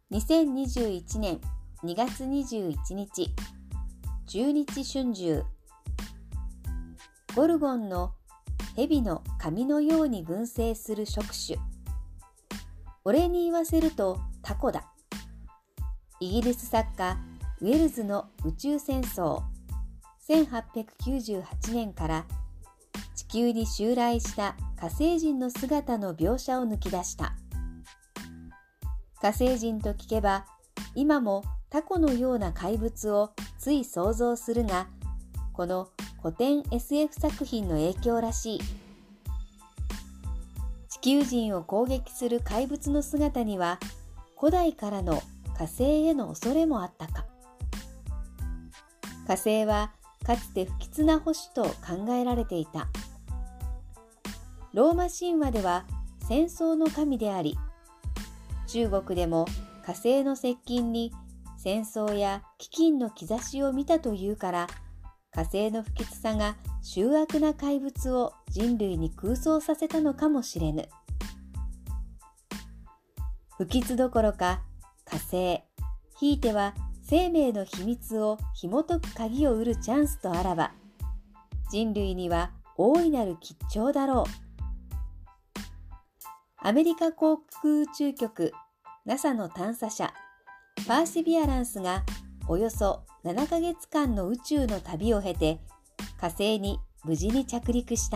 2021年2月21日、中日春秋。ゴルゴンの蛇の髪のように群生する触手。俺に言わせるとタコだ。イギリス作家ウェルズの宇宙戦争1898年から地球に襲来した火星人の姿の描写を抜き出した。火星人と聞けば今もタコのような怪物をつい想像するが、この古典 SF 作品の影響らしい。地球人を攻撃する怪物の姿には古代からの火星への恐れもあったか。火星はかつて不吉な星と考えられていた。ローマ神話では戦争の神であり、中国でも火星の接近に戦争や飢饉の兆しを見たというから、火星の不吉さが醜悪な怪物を人類に空想させたのかもしれぬ。不吉どころか火星、ひいては生命の秘密を紐解く鍵を得るチャンスとあらば、人類には大いなる吉兆だろう。アメリカ航空宇宙局 NASA の探査車パーシビアランスがおよそ7ヶ月間の宇宙の旅を経て火星に無事に着陸した。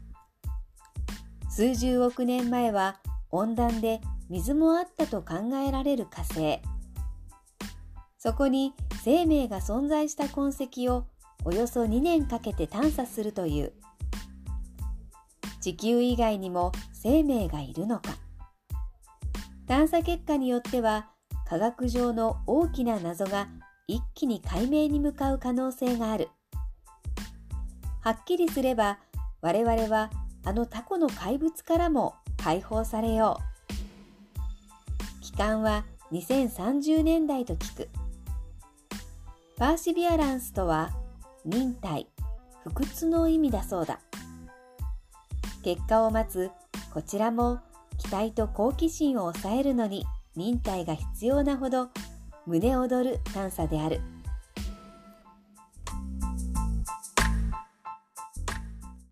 数十億年前は温暖で水もあったと考えられる火星。そこに生命が存在した痕跡をおよそ2年かけて探査するという。地球以外にも生命がいるのか。探査結果によっては科学上の大きな謎が一気に解明に向かう可能性がある。はっきりすれば我々はあのタコの怪物からも解放されよう。期間は2030年代と聞く。パーシビアランスとは忍耐、不屈の意味だそうだ。結果を待つこちらも期待と好奇心を抑えるのに忍耐が必要なほど胸躍る探査である。